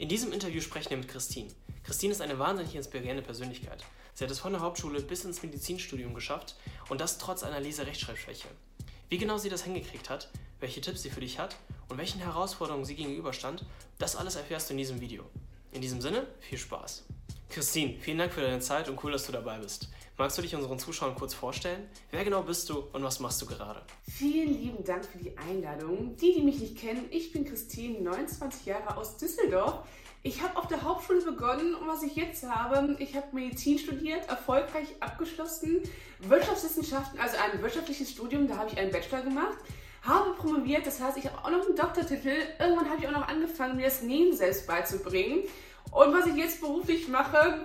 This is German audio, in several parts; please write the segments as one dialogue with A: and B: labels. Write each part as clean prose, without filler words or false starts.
A: In diesem Interview sprechen wir mit Christine. Christine ist eine wahnsinnig inspirierende Persönlichkeit. Sie hat es von der Hauptschule bis ins Medizinstudium geschafft und das trotz einer Lese-Rechtschreibschwäche. Wie genau sie das hingekriegt hat, welche Tipps sie für dich hat und welchen Herausforderungen sie gegenüberstand, das alles erfährst du in diesem Video. In diesem Sinne, viel Spaß. Christine, vielen Dank für deine Zeit und cool, dass du dabei bist. Magst du dich unseren Zuschauern kurz vorstellen? Wer genau bist du und was machst du gerade?
B: Vielen lieben Dank für die Einladung. Die mich nicht kennen, ich bin Christine, 29 Jahre aus Düsseldorf. Ich habe auf der Hauptschule begonnen und was ich jetzt habe, ich habe Medizin studiert, erfolgreich abgeschlossen, Wirtschaftswissenschaften, also ein wirtschaftliches Studium, da habe ich einen Bachelor gemacht, habe promoviert, das heißt, ich habe auch noch einen Doktortitel. Irgendwann habe ich auch noch angefangen, mir das Nähen selbst beizubringen. Und was ich jetzt beruflich mache,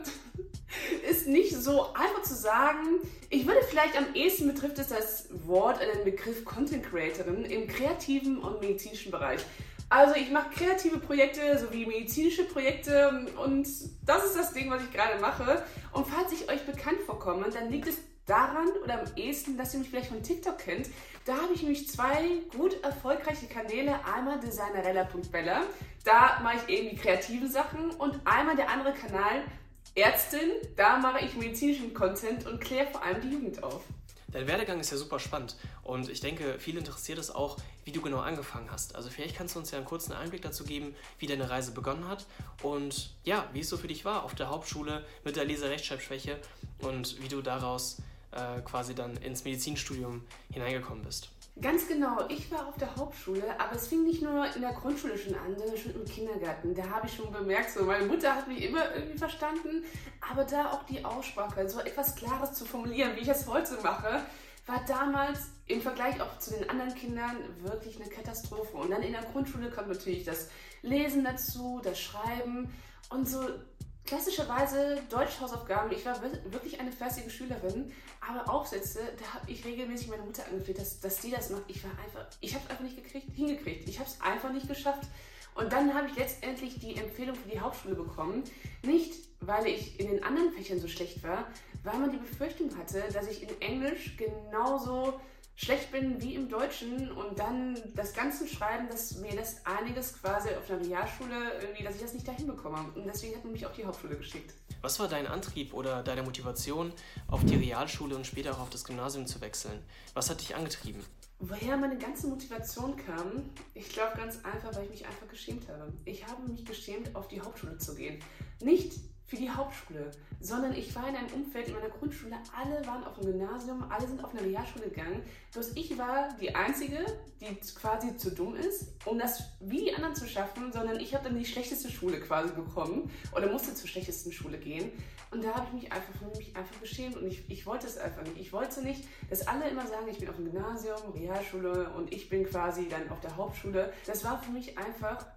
B: ist nicht so einfach zu sagen. Ich würde vielleicht am ehesten betrifft es das Wort, den Begriff Content Creatorin im kreativen und medizinischen Bereich. Also ich mache kreative Projekte sowie medizinische Projekte und das ist das Ding, was ich gerade mache. Und falls ich euch bekannt vorkomme, dann liegt es daran oder am ehesten, dass ihr mich vielleicht von TikTok kennt. Da habe ich nämlich zwei gut erfolgreiche Kanäle. Einmal designerella.bella, da mache ich eben die kreativen Sachen und einmal der andere Kanal Ärztin, da mache ich medizinischen Content und kläre vor allem die Jugend auf.
A: Dein Werdegang ist ja super spannend und ich denke, viele interessiert es auch, wie du genau angefangen hast. Also vielleicht kannst du uns ja einen kurzen Einblick dazu geben, wie deine Reise begonnen hat und ja, wie es so für dich war auf der Hauptschule mit der Lese-Rechtschreibschwäche und wie du daraus quasi dann ins Medizinstudium hineingekommen bist.
B: Ganz genau, ich war auf der Hauptschule, aber es fing nicht nur in der Grundschule schon an, sondern schon im Kindergarten. Da habe ich schon bemerkt, so meine Mutter hat mich immer irgendwie verstanden, aber da auch die Aussprache, so etwas Klares zu formulieren, wie ich es heute mache, war damals im Vergleich auch zu den anderen Kindern wirklich eine Katastrophe. Und dann in der Grundschule kommt natürlich das Lesen dazu, das Schreiben und so. Klassischerweise Deutschhausaufgaben, ich war wirklich eine fleißige Schülerin, aber Aufsätze, da habe ich regelmäßig meine Mutter angefleht, dass die das macht. Ich habe es einfach nicht hingekriegt. Ich habe es einfach nicht geschafft. Und dann habe ich letztendlich die Empfehlung für die Hauptschule bekommen. Nicht, weil ich in den anderen Fächern so schlecht war, weil man die Befürchtung hatte, dass ich in Englisch genauso schlecht bin wie im Deutschen und dann das ganze Schreiben, dass mir das einiges quasi auf der Realschule irgendwie, dass ich das nicht dahin bekomme. Und deswegen hat man mich auf die Hauptschule geschickt.
A: Was war dein Antrieb oder deine Motivation, auf die Realschule und später auch auf das Gymnasium zu wechseln? Was hat dich angetrieben?
B: Woher meine ganze Motivation kam? Ich glaube ganz einfach, weil ich mich einfach geschämt habe. Ich habe mich geschämt, auf die Hauptschule zu gehen. Nicht für die Hauptschule, sondern ich war in einem Umfeld in meiner Grundschule, alle waren auf dem Gymnasium, alle sind auf eine Realschule gegangen, bloß ich war die Einzige, die quasi zu dumm ist, um das wie die anderen zu schaffen, sondern ich habe dann die schlechteste Schule quasi bekommen oder musste zur schlechtesten Schule gehen und da habe ich mich einfach geschämt und ich wollte es einfach nicht. Ich wollte nicht, dass alle immer sagen, ich bin auf dem Gymnasium, Realschule und ich bin quasi dann auf der Hauptschule. Das war für mich einfach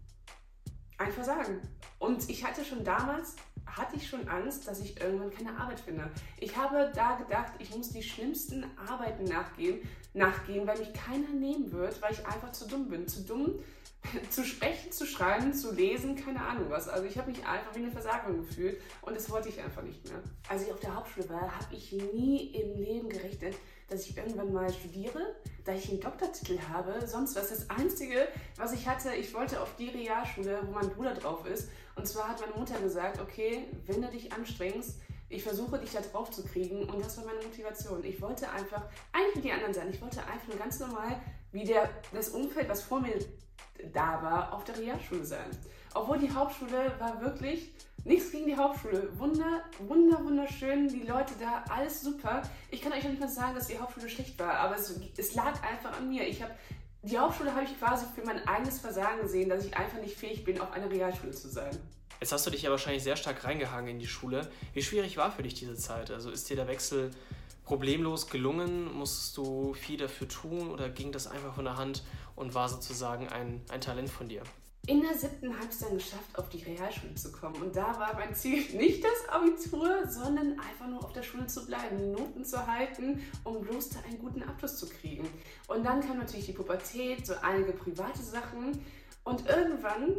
B: ein Versagen. Und ich hatte schon damals Angst, dass ich irgendwann keine Arbeit finde. Ich habe da gedacht, ich muss die schlimmsten Arbeiten nachgehen, weil mich keiner nehmen wird, weil ich einfach zu dumm bin. Zu dumm, zu sprechen, zu schreiben, zu lesen, keine Ahnung was. Also ich habe mich einfach wie eine Versagerin gefühlt und das wollte ich einfach nicht mehr. Als ich auf der Hauptschule war, habe ich nie im Leben gerechnet, dass ich irgendwann mal studiere, da ich einen Doktortitel habe, sonst was. Das Einzige, was ich hatte, ich wollte auf die Realschule, wo mein Bruder drauf ist. Und zwar hat meine Mutter gesagt, okay, wenn du dich anstrengst, ich versuche dich da drauf zu kriegen. Und das war meine Motivation. Ich wollte einfach, eigentlich wie die anderen sein, ich wollte einfach nur ganz normal, wie das Umfeld, was vor mir da war, auf der Realschule sein. Obwohl die Hauptschule war wirklich nichts gegen die Hauptschule. Wunderschön, die Leute da, alles super. Ich kann euch nicht mal sagen, dass die Hauptschule schlecht war, aber es lag einfach an mir. Die Hauptschule habe ich quasi für mein eigenes Versagen gesehen, dass ich einfach nicht fähig bin, auf einer Realschule zu sein.
A: Jetzt hast du dich ja wahrscheinlich sehr stark reingehangen in die Schule. Wie schwierig war für dich diese Zeit? Also ist dir der Wechsel problemlos gelungen? Musstest du viel dafür tun oder ging das einfach von der Hand und war sozusagen ein Talent von dir?
B: In der 7. habe ich es dann geschafft, auf die Realschule zu kommen. Und da war mein Ziel nicht das Abitur, sondern einfach nur auf der Schule zu bleiben, die Noten zu halten, um bloß da einen guten Abschluss zu kriegen. Und dann kam natürlich die Pubertät, so einige private Sachen. Und irgendwann,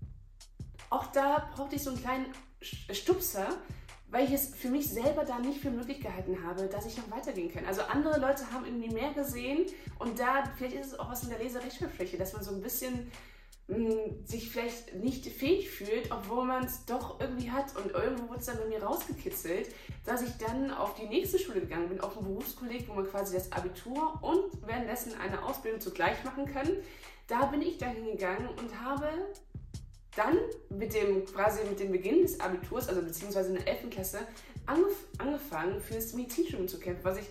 B: auch da brauchte ich so einen kleinen Stupser, weil ich es für mich selber da nicht für möglich gehalten habe, dass ich noch weitergehen kann. Also andere Leute haben irgendwie mehr gesehen und da, vielleicht ist es auch was in der Lese-Rechtschreibschwäche, dass man so ein bisschen sich vielleicht nicht fähig fühlt, obwohl man es doch irgendwie hat. Und irgendwo wurde es dann bei mir rausgekitzelt, dass ich dann auf die nächste Schule gegangen bin, auf ein Berufskolleg, wo man quasi das Abitur und währenddessen eine Ausbildung zugleich machen kann. Da bin ich dann hingegangen und habe dann mit dem Beginn des Abiturs, also beziehungsweise in der 11. Klasse, angefangen für das Medizinstudium zu kämpfen, was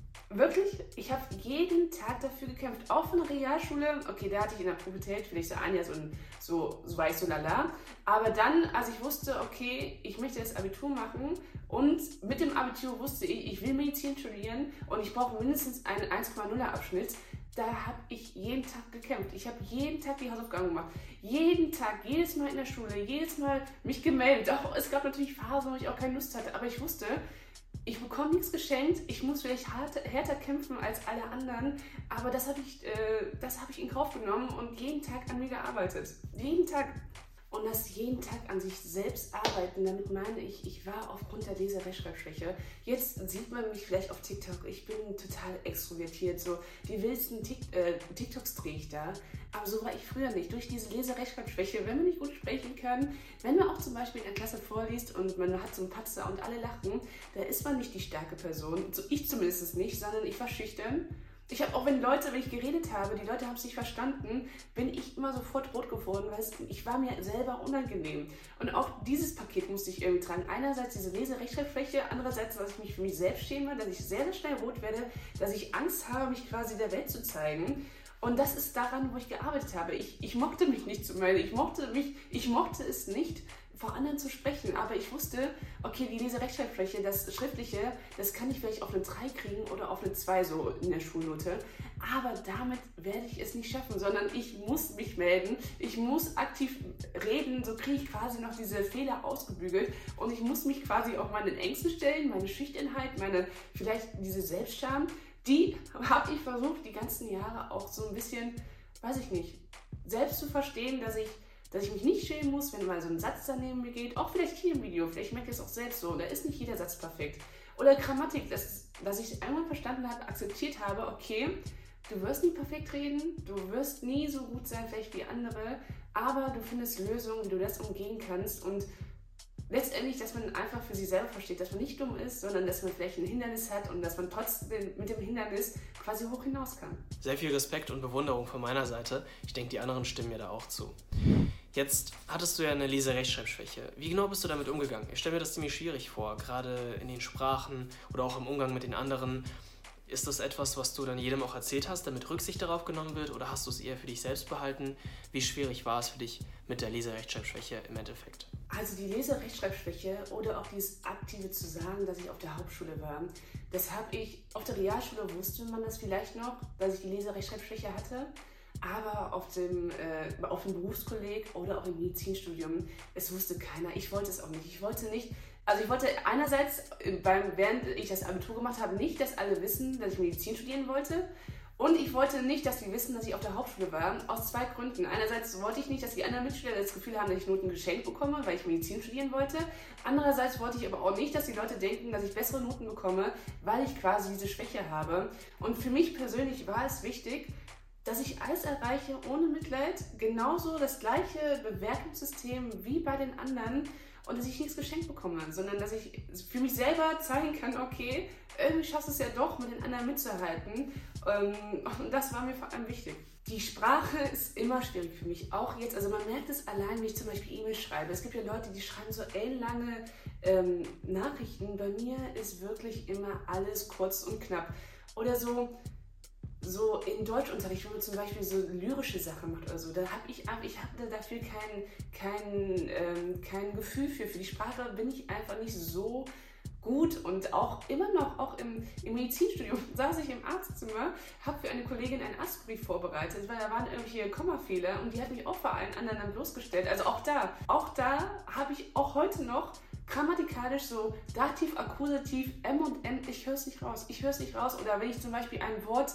B: ich habe jeden Tag dafür gekämpft, auch von der Realschule. Okay, da hatte ich in der Pubertät vielleicht so ein Jahr so war ich so lala. Aber dann, als ich wusste, okay, ich möchte das Abitur machen und mit dem Abitur wusste ich will Medizin studieren und ich brauche mindestens einen 1,0er Abschnitt, da habe ich jeden Tag gekämpft. Ich habe jeden Tag die Hausaufgaben gemacht. Jeden Tag, jedes Mal in der Schule, jedes Mal mich gemeldet. Auch, es gab natürlich Phasen, wo ich auch keine Lust hatte, aber ich wusste, ich bekomme nichts geschenkt, ich muss vielleicht härter kämpfen als alle anderen, aber das habe ich in Kauf genommen und jeden Tag an mir gearbeitet. Jeden Tag. Und das jeden Tag an sich selbst arbeiten, damit meine ich war aufgrund der Lese-Rechtschreibschwäche. Jetzt sieht man mich vielleicht auf TikTok, ich bin total extrovertiert, so die wildesten TikToks drehe ich da. Aber so war ich früher nicht. Durch diese Lese-Rechtschreibschwäche, wenn man nicht gut sprechen kann, wenn man auch zum Beispiel in der Klasse vorliest und man hat so einen Patzer und alle lachen, da ist man nicht die starke Person. So ich zumindest nicht, sondern ich war schüchtern. Ich habe auch, wenn ich geredet habe, die Leute haben es nicht verstanden, bin ich immer sofort rot geworden, weil ich war mir selber unangenehm. Und auch dieses Paket musste ich irgendwie tragen. Einerseits diese Lese-Rechtschreibschwäche, andererseits, dass ich mich für mich selbst schäme, dass ich sehr, sehr schnell rot werde, dass ich Angst habe, mich quasi der Welt zu zeigen. Und das ist daran, wo ich gearbeitet habe. Ich mochte mich nicht zu melden. Ich mochte es nicht, vor anderen zu sprechen, aber ich wusste, okay, die Lese-Rechtschreibschwäche, das Schriftliche, das kann ich vielleicht auf eine 3 kriegen oder auf eine 2 so in der Schulnote, aber damit werde ich es nicht schaffen, sondern ich muss mich melden, ich muss aktiv reden, so kriege ich quasi noch diese Fehler ausgebügelt und ich muss mich quasi auch meinen Ängsten stellen, meine Schüchternheit, vielleicht diese Selbstscham, die habe ich versucht, die ganzen Jahre auch so ein bisschen, weiß ich nicht, selbst zu verstehen, dass ich mich nicht schämen muss, wenn mal so ein Satz daneben mir geht, auch vielleicht hier im Video, vielleicht merke ich es auch selbst so, da ist nicht jeder Satz perfekt. Oder Grammatik, dass ich einmal verstanden habe, akzeptiert habe, okay, du wirst nie perfekt reden, du wirst nie so gut sein vielleicht wie andere, aber du findest Lösungen, wie du das umgehen kannst und letztendlich, dass man einfach für sich selber versteht, dass man nicht dumm ist, sondern dass man vielleicht ein Hindernis hat und dass man trotzdem mit dem Hindernis quasi hoch hinaus kann.
A: Sehr viel Respekt und Bewunderung von meiner Seite. Ich denke, die anderen stimmen mir da auch zu. Jetzt hattest du ja eine Lese-Rechtschreibschwäche. Wie genau bist du damit umgegangen? Ich stelle mir das ziemlich schwierig vor, gerade in den Sprachen oder auch im Umgang mit den anderen. Ist das etwas, was du dann jedem auch erzählt hast, damit Rücksicht darauf genommen wird, oder hast du es eher für dich selbst behalten? Wie schwierig war es für dich mit der Lese-Rechtschreibschwäche im Endeffekt?
B: Also die Lese-Rechtschreibschwäche oder auch dieses aktive zu sagen, dass ich auf der Hauptschule war, das habe ich, auf der Realschule wusste man das vielleicht noch, dass ich die Lese-Rechtschreibschwäche hatte, aber auf dem Berufskolleg oder auch im Medizinstudium, es wusste keiner. Ich wollte es auch nicht. Ich wollte einerseits, während ich das Abitur gemacht habe, nicht, dass alle wissen, dass ich Medizin studieren wollte. Und ich wollte nicht, dass sie wissen, dass ich auf der Hauptschule war, aus 2 Gründen. Einerseits wollte ich nicht, dass die anderen Mitschüler das Gefühl haben, dass ich Noten geschenkt bekomme, weil ich Medizin studieren wollte. Andererseits wollte ich aber auch nicht, dass die Leute denken, dass ich bessere Noten bekomme, weil ich quasi diese Schwäche habe. Und für mich persönlich war es wichtig, dass ich alles erreiche ohne Mitleid, genauso das gleiche Bewertungssystem wie bei den anderen und dass ich nichts geschenkt bekomme, sondern dass ich für mich selber zeigen kann, okay, irgendwie schaffst du es ja doch, mit den anderen mitzuhalten, und das war mir vor allem wichtig. Die Sprache ist immer schwierig für mich, auch jetzt, also man merkt es allein, wenn ich zum Beispiel E-Mails schreibe. Es gibt ja Leute, die schreiben so ellenlange Nachrichten, bei mir ist wirklich immer alles kurz und knapp. Oder so im Deutschunterricht, wenn man zum Beispiel so lyrische Sachen macht oder so, da habe ich dafür kein Gefühl für. Für die Sprache bin ich einfach nicht so gut und auch immer noch, auch im Medizinstudium, saß ich im Arztzimmer, habe für eine Kollegin einen Arztbrief vorbereitet, weil da waren irgendwelche Kommafehler und die hat mich auch vor allen anderen dann bloßgestellt. Also auch da habe ich auch heute noch grammatikalisch so Dativ, Akkusativ, M und N, ich höre es nicht raus. Oder wenn ich zum Beispiel ein Wort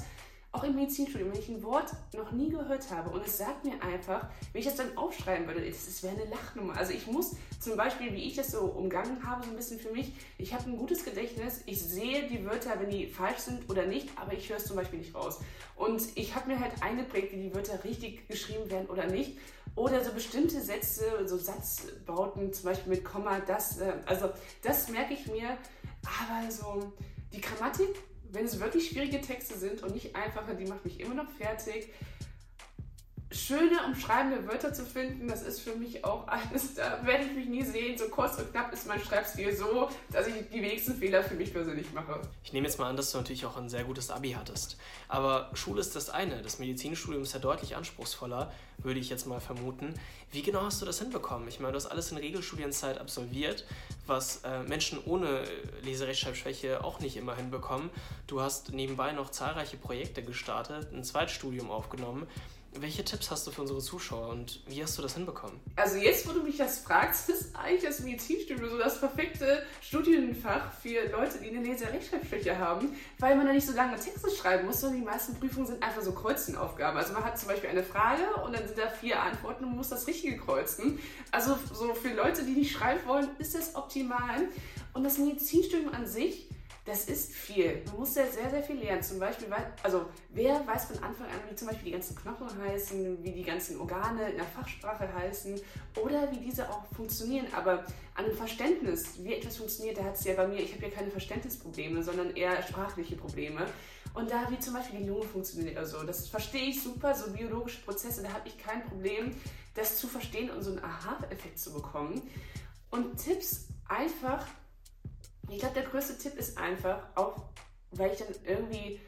B: auch im Medizinstudium, wenn ich ein Wort noch nie gehört habe und es sagt mir einfach, wenn ich das dann aufschreiben würde, das wäre eine Lachnummer. Also ich muss zum Beispiel, wie ich das so umgangen habe, so ein bisschen für mich, ich habe ein gutes Gedächtnis, ich sehe die Wörter, wenn die falsch sind oder nicht, aber ich höre es zum Beispiel nicht raus. Und ich habe mir halt eingeprägt, wie die Wörter richtig geschrieben werden oder nicht. Oder so bestimmte Sätze, so Satzbauten, zum Beispiel mit Komma, also das merke ich mir, aber so die Grammatik, wenn es wirklich schwierige Texte sind und nicht einfache, die macht mich immer noch fertig. Schöne, umschreibende Wörter zu finden, das ist für mich auch eines, da werde ich mich nie sehen. So kurz und knapp ist mein Schreibstil so, dass ich die wenigsten Fehler für mich persönlich mache.
A: Ich nehme jetzt mal an, dass du natürlich auch ein sehr gutes Abi hattest. Aber Schule ist das eine. Das Medizinstudium ist ja deutlich anspruchsvoller, würde ich jetzt mal vermuten. Wie genau hast du das hinbekommen? Ich meine, du hast alles in Regelstudienzeit absolviert, was Menschen ohne Leserechtschreibschwäche auch nicht immer hinbekommen. Du hast nebenbei noch zahlreiche Projekte gestartet, ein Zweitstudium aufgenommen. Welche Tipps hast du für unsere Zuschauer und wie hast du das hinbekommen?
B: Also jetzt, wo du mich das fragst, ist eigentlich das Medizinstudium so das perfekte Studienfach für Leute, die eine Leserechtschreibschwäche haben, weil man da nicht so lange Texte schreiben muss, sondern die meisten Prüfungen sind einfach so Kreuzenaufgaben. Also man hat zum Beispiel eine Frage und dann sind da 4 Antworten und man muss das Richtige kreuzen. Also so für Leute, die nicht schreiben wollen, ist das optimal. Und das Medizinstudium an sich, das ist viel. Man muss ja sehr, sehr viel lernen. Zum Beispiel, wer weiß von Anfang an, wie zum Beispiel die ganzen Knochen heißen, wie die ganzen Organe in der Fachsprache heißen oder wie diese auch funktionieren. Aber an dem Verständnis, wie etwas funktioniert, da hat es ja bei mir, ich habe ja keine Verständnisprobleme, sondern eher sprachliche Probleme. Und da wie zum Beispiel die Lunge funktioniert oder so, das verstehe ich super, so biologische Prozesse, da habe ich kein Problem, das zu verstehen und so einen Aha-Effekt zu bekommen. Und Tipps einfach. Ich glaube, der größte Tipp ist einfach, auch weil ich dann irgendwie...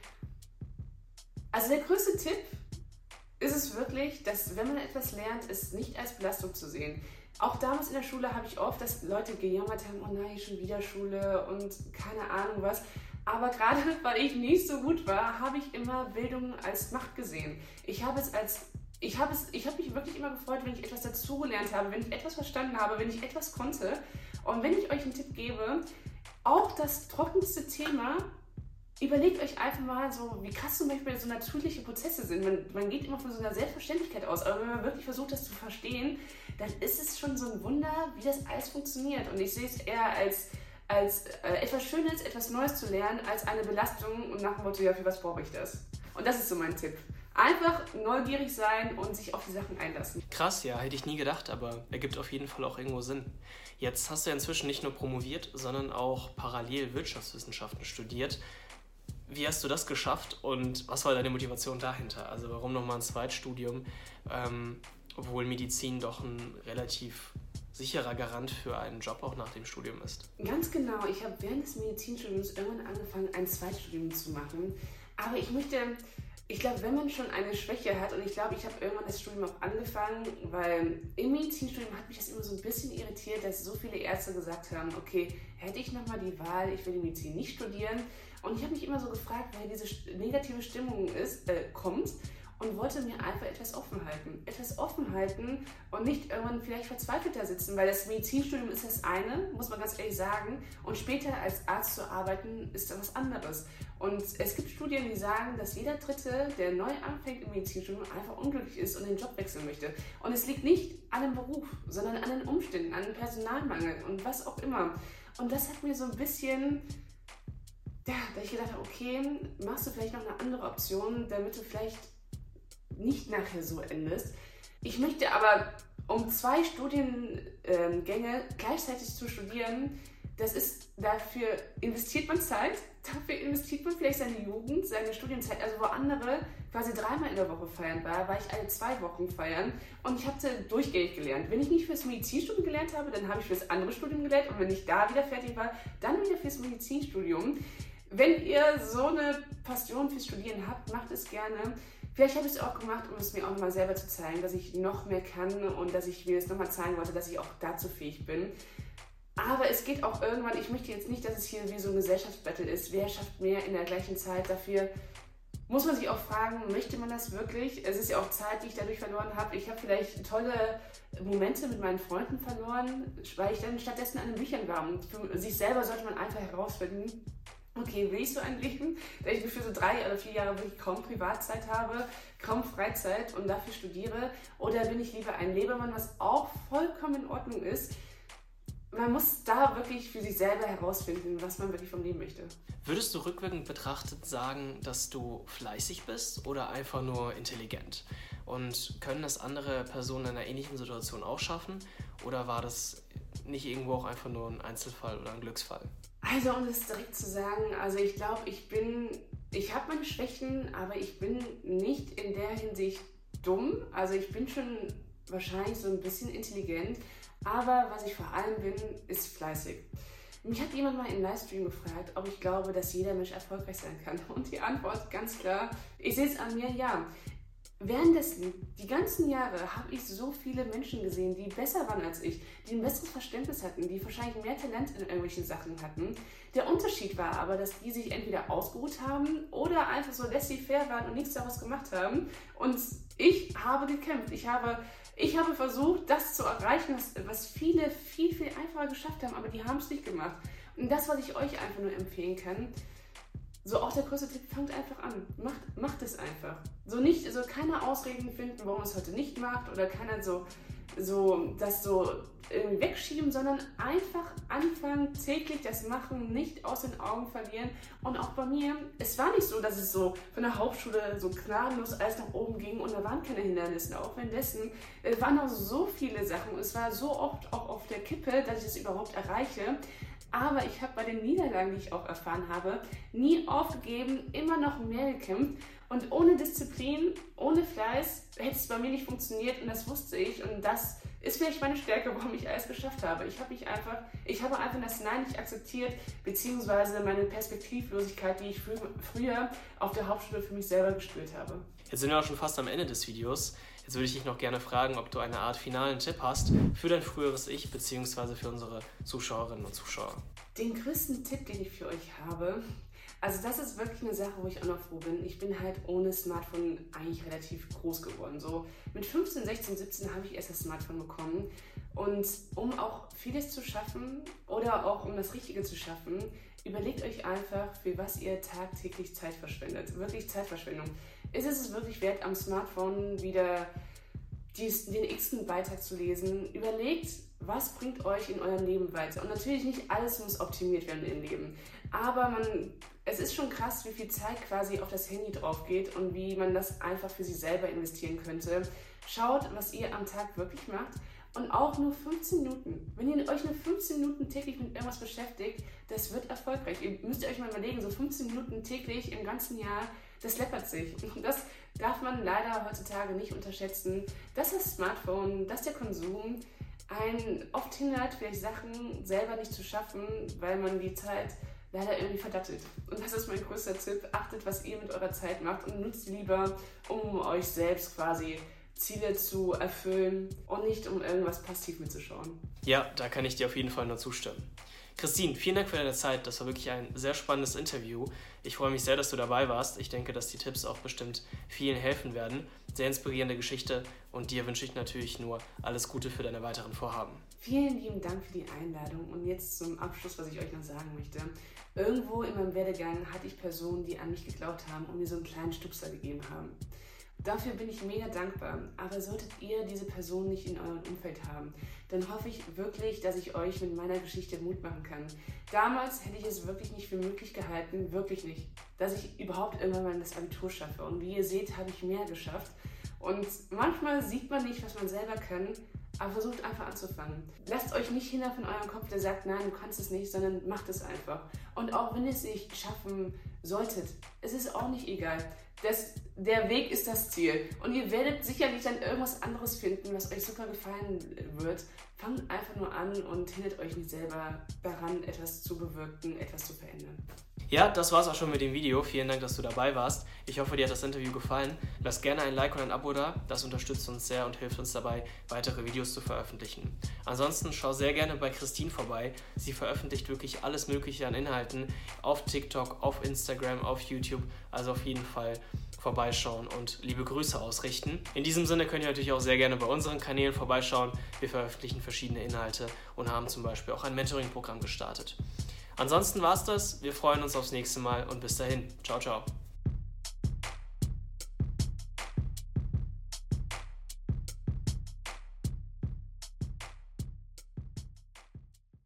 B: Also der größte Tipp ist es wirklich, dass wenn man etwas lernt, es nicht als Belastung zu sehen. Auch damals in der Schule habe ich oft, dass Leute gejammert haben, oh nein, schon wieder Schule und keine Ahnung was. Aber gerade weil ich nicht so gut war, habe ich immer Bildung als Macht gesehen. Ich habe mich wirklich immer gefreut, wenn ich etwas dazugelernt habe, wenn ich etwas verstanden habe, wenn ich etwas konnte. Und wenn ich euch einen Tipp gebe, auch das trockenste Thema, überlegt euch einfach mal so, wie krass zum Beispiel so natürliche Prozesse sind. Man geht immer von so einer Selbstverständlichkeit aus, aber wenn man wirklich versucht, das zu verstehen, dann ist es schon so ein Wunder, wie das alles funktioniert. Und ich sehe es eher als etwas Schönes, etwas Neues zu lernen, als eine Belastung und nach dem Motto, ja, für was brauche ich das? Und das ist so mein Tipp. Einfach neugierig sein und sich auf die Sachen einlassen.
A: Krass, ja, hätte ich nie gedacht, aber ergibt auf jeden Fall auch irgendwo Sinn. Jetzt hast du ja inzwischen nicht nur promoviert, sondern auch parallel Wirtschaftswissenschaften studiert. Wie hast du das geschafft und was war deine Motivation dahinter? Also warum nochmal ein Zweitstudium, obwohl Medizin doch ein relativ sicherer Garant für einen Job auch nach dem Studium ist?
B: Ganz genau, ich habe während des Medizinstudiums irgendwann angefangen, ein Zweitstudium zu machen. Aber ich glaube, wenn man schon eine Schwäche hat, und ich glaube, ich habe irgendwann das Studium auch angefangen, weil im Medizinstudium hat mich das immer so ein bisschen irritiert, dass so viele Ärzte gesagt haben, okay, hätte ich nochmal die Wahl, ich will die Medizin nicht studieren. Und ich habe mich immer so gefragt, woher diese negative Stimmung kommt und wollte mir einfach etwas offen halten. Etwas offen halten und nicht irgendwann vielleicht verzweifelt da sitzen, weil das Medizinstudium ist das eine, muss man ganz ehrlich sagen, und später als Arzt zu arbeiten, ist da was anderes. Und es gibt Studien, die sagen, dass jeder Dritte, der neu anfängt im Medizinstudium, einfach unglücklich ist und den Job wechseln möchte. Und es liegt nicht an dem Beruf, sondern an den Umständen, an dem Personalmangel und was auch immer. Und das hat mir so ein bisschen... Ja, da ich gedacht habe, okay, machst du vielleicht noch eine andere Option, damit du vielleicht nicht nachher so endest. Ich möchte aber, um 2 Studiengänge gleichzeitig zu studieren, dafür investiert man Zeit, dafür investiert man vielleicht seine Jugend, seine Studienzeit, also wo andere quasi 3-mal in der Woche feiern war ich alle 2 Wochen feiern und ich habe durchgängig gelernt. Wenn ich nicht fürs Medizinstudium gelernt habe, dann habe ich fürs andere Studium gelernt und wenn ich da wieder fertig war, dann wieder fürs Medizinstudium. Wenn ihr so eine Passion fürs Studieren habt, macht es gerne. Vielleicht habe ich es auch gemacht, um es mir auch nochmal selber zu zeigen, dass ich noch mehr kann und dass ich mir es nochmal zeigen wollte, dass ich auch dazu fähig bin. Aber es geht auch irgendwann, ich möchte jetzt nicht, dass es hier wie so ein Gesellschaftsbattle ist. Wer schafft mehr in der gleichen Zeit? Dafür muss man sich auch fragen, möchte man das wirklich? Es ist ja auch Zeit, die ich dadurch verloren habe. Ich habe vielleicht tolle Momente mit meinen Freunden verloren, weil ich dann stattdessen an den Büchern war. Und für sich selber sollte man einfach herausfinden, okay, will ich so ein Leben, da ich für so 3 oder 4 Jahre wirklich kaum Privatzeit habe, kaum Freizeit und dafür studiere? Oder bin ich lieber ein Lebemann, was auch vollkommen in Ordnung ist? Man muss da wirklich für sich selber herausfinden, was man wirklich vom Leben möchte.
A: Würdest du rückwirkend betrachtet sagen, dass du fleißig bist oder einfach nur intelligent? Und können das andere Personen in einer ähnlichen Situation auch schaffen? Oder war das nicht irgendwo auch einfach nur ein Einzelfall oder ein Glücksfall?
B: Also, um das direkt zu sagen, also ich glaube, ich habe meine Schwächen, aber ich bin nicht in der Hinsicht dumm. Also ich bin schon wahrscheinlich so ein bisschen intelligent, aber was ich vor allem bin, ist fleißig. Mich hat jemand mal im Livestream gefragt, ob ich glaube, dass jeder Mensch erfolgreich sein kann. Und die Antwort ganz klar, ich sehe es an mir, ja. Währenddessen, die ganzen Jahre, habe ich so viele Menschen gesehen, die besser waren als ich, die ein besseres Verständnis hatten, die wahrscheinlich mehr Talent in irgendwelchen Sachen hatten. Der Unterschied war aber, dass die sich entweder ausgeruht haben oder einfach so laissez-faire waren und nichts daraus gemacht haben. Und ich habe gekämpft. Ich habe versucht, das zu erreichen, was viele viel, viel einfacher geschafft haben, aber die haben es nicht gemacht. Und das, was ich euch einfach nur empfehlen kann, so auch der größte Tipp, fangt einfach an. Macht es einfach. So keine Ausreden finden, warum man es heute nicht macht oder keiner so irgendwie wegschieben, sondern einfach anfangen, täglich das machen, nicht aus den Augen verlieren. Und auch bei mir, es war nicht so, dass es so von der Hauptschule so gnadenlos alles nach oben ging und da waren keine Hindernisse. Auch währenddessen waren noch so viele Sachen und es war so oft auch auf der Kippe, dass ich es überhaupt erreiche. Aber ich habe bei den Niederlagen, die ich auch erfahren habe, nie aufgegeben, immer noch mehr gekämpft. Und ohne Disziplin, ohne Fleiß hätte es bei mir nicht funktioniert und das wusste ich. Und das ist vielleicht meine Stärke, warum ich alles geschafft habe. Ich habe einfach das Nein nicht akzeptiert, beziehungsweise meine Perspektivlosigkeit, die ich früher auf der Hauptschule für mich selber gespürt habe.
A: Jetzt sind wir auch schon fast am Ende des Videos. Jetzt würde ich dich noch gerne fragen, ob du eine Art finalen Tipp hast für dein früheres Ich bzw. für unsere Zuschauerinnen und Zuschauer.
B: Den größten Tipp, den ich für euch habe, also das ist wirklich eine Sache, wo ich auch noch froh bin. Ich bin halt ohne Smartphone eigentlich relativ groß geworden. So mit 15, 16, 17 habe ich erst das Smartphone bekommen. Und um auch vieles zu schaffen oder auch um das Richtige zu schaffen, überlegt euch einfach, für was ihr tagtäglich Zeit verschwendet. Wirklich Zeitverschwendung. Ist es wirklich wert, am Smartphone wieder den x-ten Beitrag zu lesen? Überlegt, was bringt euch in eurem Leben weiter? Und natürlich nicht alles muss optimiert werden im Leben. Aber es ist schon krass, wie viel Zeit quasi auf das Handy drauf geht und wie man das einfach für sich selber investieren könnte. Schaut, was ihr am Tag wirklich macht. Und auch nur 15 Minuten. Wenn ihr euch nur 15 Minuten täglich mit irgendwas beschäftigt, das wird erfolgreich. Ihr müsst euch mal überlegen, so 15 Minuten täglich im ganzen Jahr, das läppert sich. Und das darf man leider heutzutage nicht unterschätzen, dass das Smartphone, dass der Konsum einen oft hindert, vielleicht Sachen selber nicht zu schaffen, weil man die Zeit leider irgendwie verdattelt. Und das ist mein größter Tipp. Achtet, was ihr mit eurer Zeit macht und nutzt sie lieber, um euch selbst quasi Ziele zu erfüllen und nicht um irgendwas passiv mitzuschauen.
A: Ja, da kann ich dir auf jeden Fall nur zustimmen. Christine, vielen Dank für deine Zeit. Das war wirklich ein sehr spannendes Interview. Ich freue mich sehr, dass du dabei warst. Ich denke, dass die Tipps auch bestimmt vielen helfen werden. Sehr inspirierende Geschichte und dir wünsche ich natürlich nur alles Gute für deine weiteren Vorhaben.
B: Vielen lieben Dank für die Einladung und jetzt zum Abschluss, was ich euch noch sagen möchte. Irgendwo in meinem Werdegang hatte ich Personen, die an mich geglaubt haben und mir so einen kleinen Stupser gegeben haben. Dafür bin ich mega dankbar, aber solltet ihr diese Person nicht in eurem Umfeld haben, dann hoffe ich wirklich, dass ich euch mit meiner Geschichte Mut machen kann. Damals hätte ich es wirklich nicht für möglich gehalten, wirklich nicht, dass ich überhaupt irgendwann mal das Abitur schaffe. Und wie ihr seht, habe ich mehr geschafft. Und manchmal sieht man nicht, was man selber kann, aber versucht einfach anzufangen. Lasst euch nicht hindern von eurem Kopf, der sagt, nein, du kannst es nicht, sondern macht es einfach. Und auch wenn ihr es nicht schaffen solltet, es ist auch nicht egal. Der Weg ist das Ziel. Und ihr werdet sicherlich dann irgendwas anderes finden, was euch super gefallen wird. Fangt einfach nur an und hindert euch nicht selber daran, etwas zu bewirken, etwas zu verändern.
A: Ja, das war's auch schon mit dem Video. Vielen Dank, dass du dabei warst. Ich hoffe, dir hat das Interview gefallen. Lass gerne ein Like und ein Abo da. Das unterstützt uns sehr und hilft uns dabei, weitere Videos zu veröffentlichen. Ansonsten schau sehr gerne bei Christine vorbei. Sie veröffentlicht wirklich alles Mögliche an Inhalten auf TikTok, auf Instagram, auf YouTube. Also auf jeden Fall vorbeischauen und liebe Grüße ausrichten. In diesem Sinne könnt ihr natürlich auch sehr gerne bei unseren Kanälen vorbeischauen. Wir veröffentlichen verschiedene Inhalte und haben zum Beispiel auch ein Mentoring-Programm gestartet. Ansonsten war's das. Wir freuen uns aufs nächste Mal und bis dahin. Ciao, ciao.